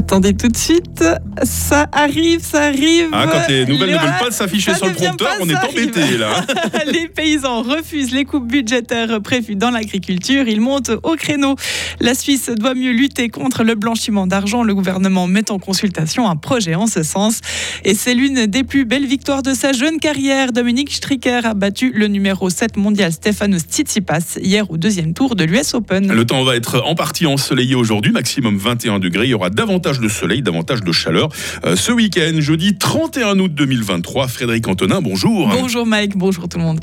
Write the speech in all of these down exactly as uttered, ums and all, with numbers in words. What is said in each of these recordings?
Attendez tout de suite, ça arrive, ça arrive. Ah, quand les nouvelles les... ne veulent pas s'afficher sur le prompteur, pas, on est embêtés là. Les paysans refusent les coupes budgétaires prévues dans l'agriculture. Ils montent au créneau. La Suisse doit mieux lutter contre le blanchiment d'argent. Le gouvernement met en consultation un projet en ce sens. Et c'est l'une des plus belles victoires de sa jeune carrière. Dominique Stricker a battu le numéro sept mondial Stefanos Tsitsipas hier au deuxième tour de l'U S Open. Le temps va être en partie ensoleillé aujourd'hui, maximum vingt et un degrés. Il y aura davantage de soleil, davantage de chaleur. Euh, ce week-end, jeudi trente et un août deux mille vingt-trois, Frédéric Antonin, bonjour. Bonjour Mike, bonjour tout le monde.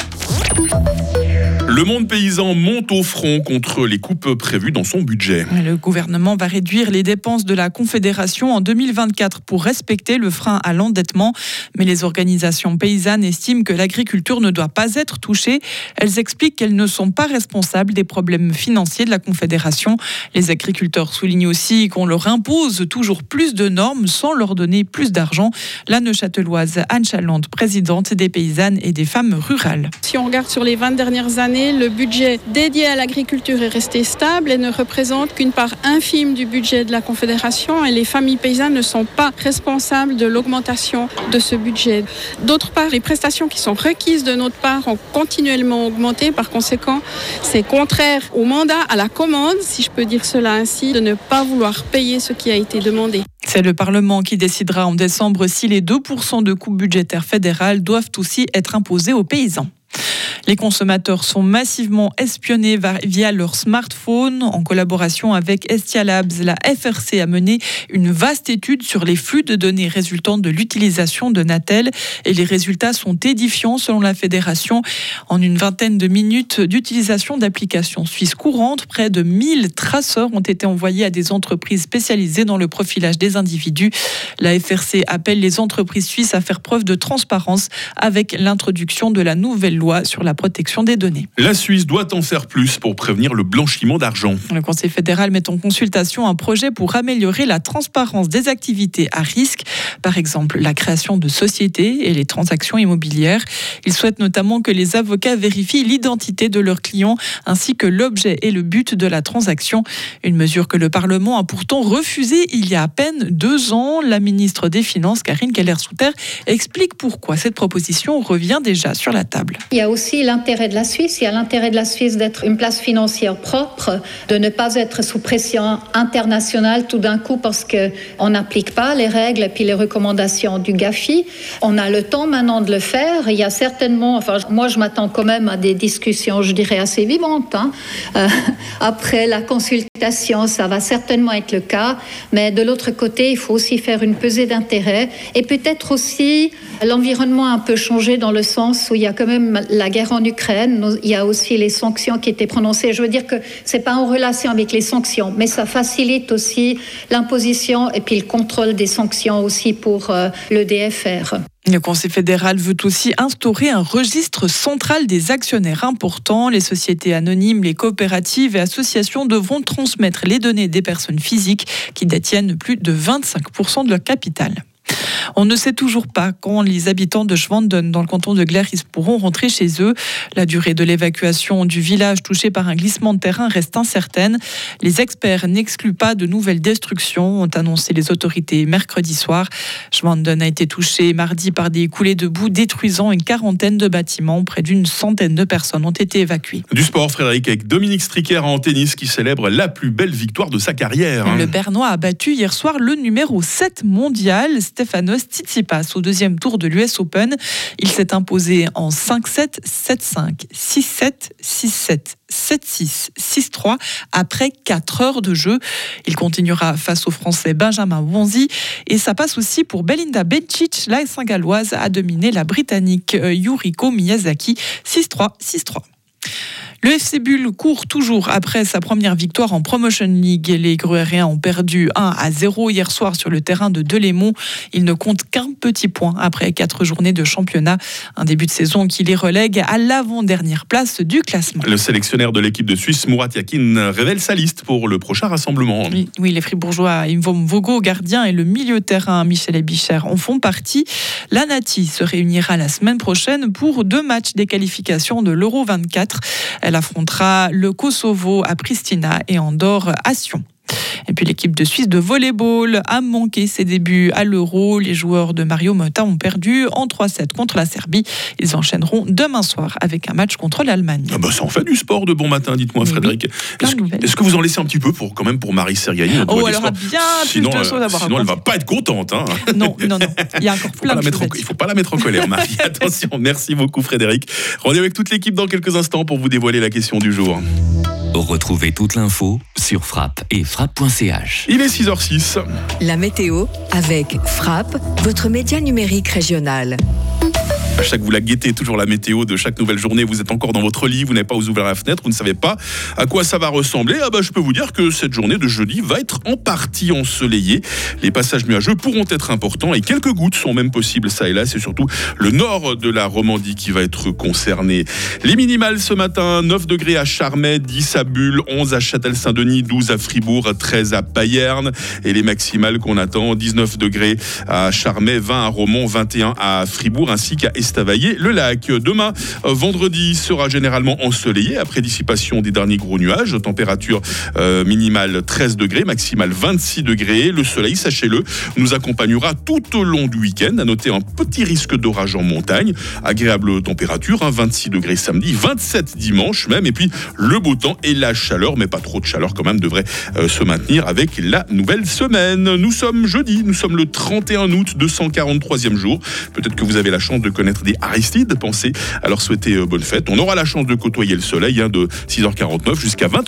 Le monde paysan monte au front contre les coupes prévues dans son budget. Le gouvernement va réduire les dépenses de la Confédération en deux mille vingt-quatre pour respecter le frein à l'endettement. Mais les organisations paysannes estiment que l'agriculture ne doit pas être touchée. Elles expliquent qu'elles ne sont pas responsables des problèmes financiers de la Confédération. Les agriculteurs soulignent aussi qu'on leur impose toujours plus de normes sans leur donner plus d'argent. La Neuchâteloise Anne Chalande, présidente des paysannes et des femmes rurales. Si on regarde sur les vingt dernières années, le budget dédié à l'agriculture est resté stable et ne représente qu'une part infime du budget de la Confédération, et les familles paysannes ne sont pas responsables de l'augmentation de ce budget. D'autre part, les prestations qui sont requises de notre part ont continuellement augmenté. Par conséquent, c'est contraire au mandat, à la commande, si je peux dire cela ainsi, de ne pas vouloir payer ce qui a été demandé. C'est le Parlement qui décidera en décembre si les deux pour cent de coupes budgétaires fédérales doivent aussi être imposées aux paysans. Les consommateurs sont massivement espionnés via leur smartphone. En collaboration avec Estia Labs, la F R C a mené une vaste étude sur les flux de données résultant de l'utilisation de Natel. Et les résultats sont édifiants selon la Fédération. En une vingtaine de minutes d'utilisation d'applications suisses courantes, près de mille traceurs ont été envoyés à des entreprises spécialisées dans le profilage des individus. La F R C appelle les entreprises suisses à faire preuve de transparence avec l'introduction de la nouvelle loi sur la protection des données. La Suisse doit en faire plus pour prévenir le blanchiment d'argent. Le Conseil fédéral met en consultation un projet pour améliorer la transparence des activités à risque, par exemple la création de sociétés et les transactions immobilières. Il souhaite notamment que les avocats vérifient l'identité de leurs clients ainsi que l'objet et le but de la transaction. Une mesure que le Parlement a pourtant refusée il y a à peine deux ans. La ministre des Finances, Karine Keller-Souter, explique pourquoi cette proposition revient déjà sur la table. Il y a aussi l'intérêt de la Suisse. Il y a l'intérêt de la Suisse d'être une place financière propre, de ne pas être sous pression internationale tout d'un coup parce qu'on n'applique pas les règles et puis les recommandations du GAFI. On a le temps maintenant de le faire. Il y a certainement, enfin, moi je m'attends quand même à des discussions, je dirais, assez vivantes. Hein. Euh, après la consultation, ça va certainement être le cas. Mais de l'autre côté, il faut aussi faire une pesée d'intérêt et peut-être aussi l'environnement a un peu changé dans le sens où il y a quand même la guerre en Ukraine, il y a aussi les sanctions qui étaient prononcées. Je veux dire que c'est pas en relation avec les sanctions, mais ça facilite aussi l'imposition et puis le contrôle des sanctions aussi pour euh, le D F R. Le Conseil fédéral veut aussi instaurer un registre central des actionnaires importants. Les sociétés anonymes, les coopératives et associations devront transmettre les données des personnes physiques qui détiennent plus de vingt-cinq pour cent de leur capital. On ne sait toujours pas quand les habitants de Schwanden, dans le canton de Glaris, pourront rentrer chez eux. La durée de l'évacuation du village touché par un glissement de terrain reste incertaine. Les experts n'excluent pas de nouvelles destructions, ont annoncé les autorités mercredi soir. Schwanden a été touché mardi par des coulées de boue détruisant une quarantaine de bâtiments. Près d'une centaine de personnes ont été évacuées. Du sport, Frédéric, avec Dominique Stricker en tennis qui célèbre la plus belle victoire de sa carrière. Le Bernois a battu hier soir le numéro sept mondial, Stefanos Tsitsipas, au deuxième tour de l'U S Open. Il s'est imposé en cinq sept, sept cinq, six sept, six sept, sept six, six trois après quatre heures de jeu. Il continuera face au Français Benjamin Wanzi et ça passe aussi pour Belinda Bencic. La Saint-Galloise a dominé la Britannique Yuriko Miyazaki six trois, six trois. Le F C Bulle court toujours après sa première victoire en Promotion League. Les Gruériens ont perdu un à zéro hier soir sur le terrain de Delémont. Ils ne comptent qu'un petit point après quatre journées de championnat. Un début de saison qui les relègue à l'avant-dernière place du classement. Le sélectionneur de l'équipe de Suisse, Murat Yakin, révèle sa liste pour le prochain rassemblement. Oui, oui les Fribourgeois Imvom Vogo, gardien, et le milieu de terrain Michel Ebicher en font partie. La Nati se réunira la semaine prochaine pour deux matchs des qualifications de l'Euro vingt-quatre. Elle affrontera le Kosovo à Pristina et Andorre à Sion. Et puis l'équipe de Suisse de volleyball a manqué ses débuts à l'Euro. Les joueurs de Mario Motta ont perdu en trois sept contre la Serbie. Ils enchaîneront demain soir avec un match contre l'Allemagne. Ah bah ça en fait du sport de bon matin, dites-moi Mais Frédéric. Oui, est-ce, est-ce que vous en laissez un petit peu pour quand même pour Marie Sergani? Oh, elle aura bien sinon, plus de choses à voir. Sinon, elle va pas être contente. Hein. Non, non, non. Il y a encore plein de choses. En, il ne faut pas la mettre en colère, Marie. Attention, merci beaucoup Frédéric. Rendez-vous avec toute l'équipe dans quelques instants pour vous dévoiler la question du jour. Retrouvez toute l'info sur Frappe et frappe point c h. Il est six heures six. La météo avec Frappe, votre média numérique régional. À chaque vous la guettez toujours la météo de chaque nouvelle journée, vous êtes encore dans votre lit, vous n'avez pas ouvert la fenêtre, vous ne savez pas à quoi ça va ressembler. Ah bah je peux vous dire que cette journée de jeudi va être en partie ensoleillée. Les passages nuageux pourront être importants et quelques gouttes sont même possibles ça et là. C'est surtout le nord de la Romandie qui va être concerné. Les minimales ce matin, neuf degrés à Charmey, dix à Bulle, onze à Châtel-Saint-Denis, douze à Fribourg, treize à Payerne. Et les maximales qu'on attend, dix-neuf degrés à Charmey, vingt à Romont, vingt et un à Fribourg ainsi qu'à Estavayer-le-Lac. Demain, vendredi, sera généralement ensoleillé après dissipation des derniers gros nuages. Température euh, minimale treize degrés, maximale vingt-six degrés. Le soleil, sachez-le, nous accompagnera tout au long du week-end. À noter un petit risque d'orage en montagne. Agréable température, hein, vingt-six degrés samedi, vingt-sept dimanche même. Et puis le beau temps et la chaleur, mais pas trop de chaleur quand même, devrait euh, se maintenir avec la nouvelle semaine. Nous sommes jeudi, nous sommes le trente et un août, deux cent quarante-troisième jour. Peut-être que vous avez la chance de connaître des Aristides, pensez à leur souhaiter bonne fête. On aura la chance de côtoyer le soleil hein, de six heures quarante-neuf jusqu'à vingt heures.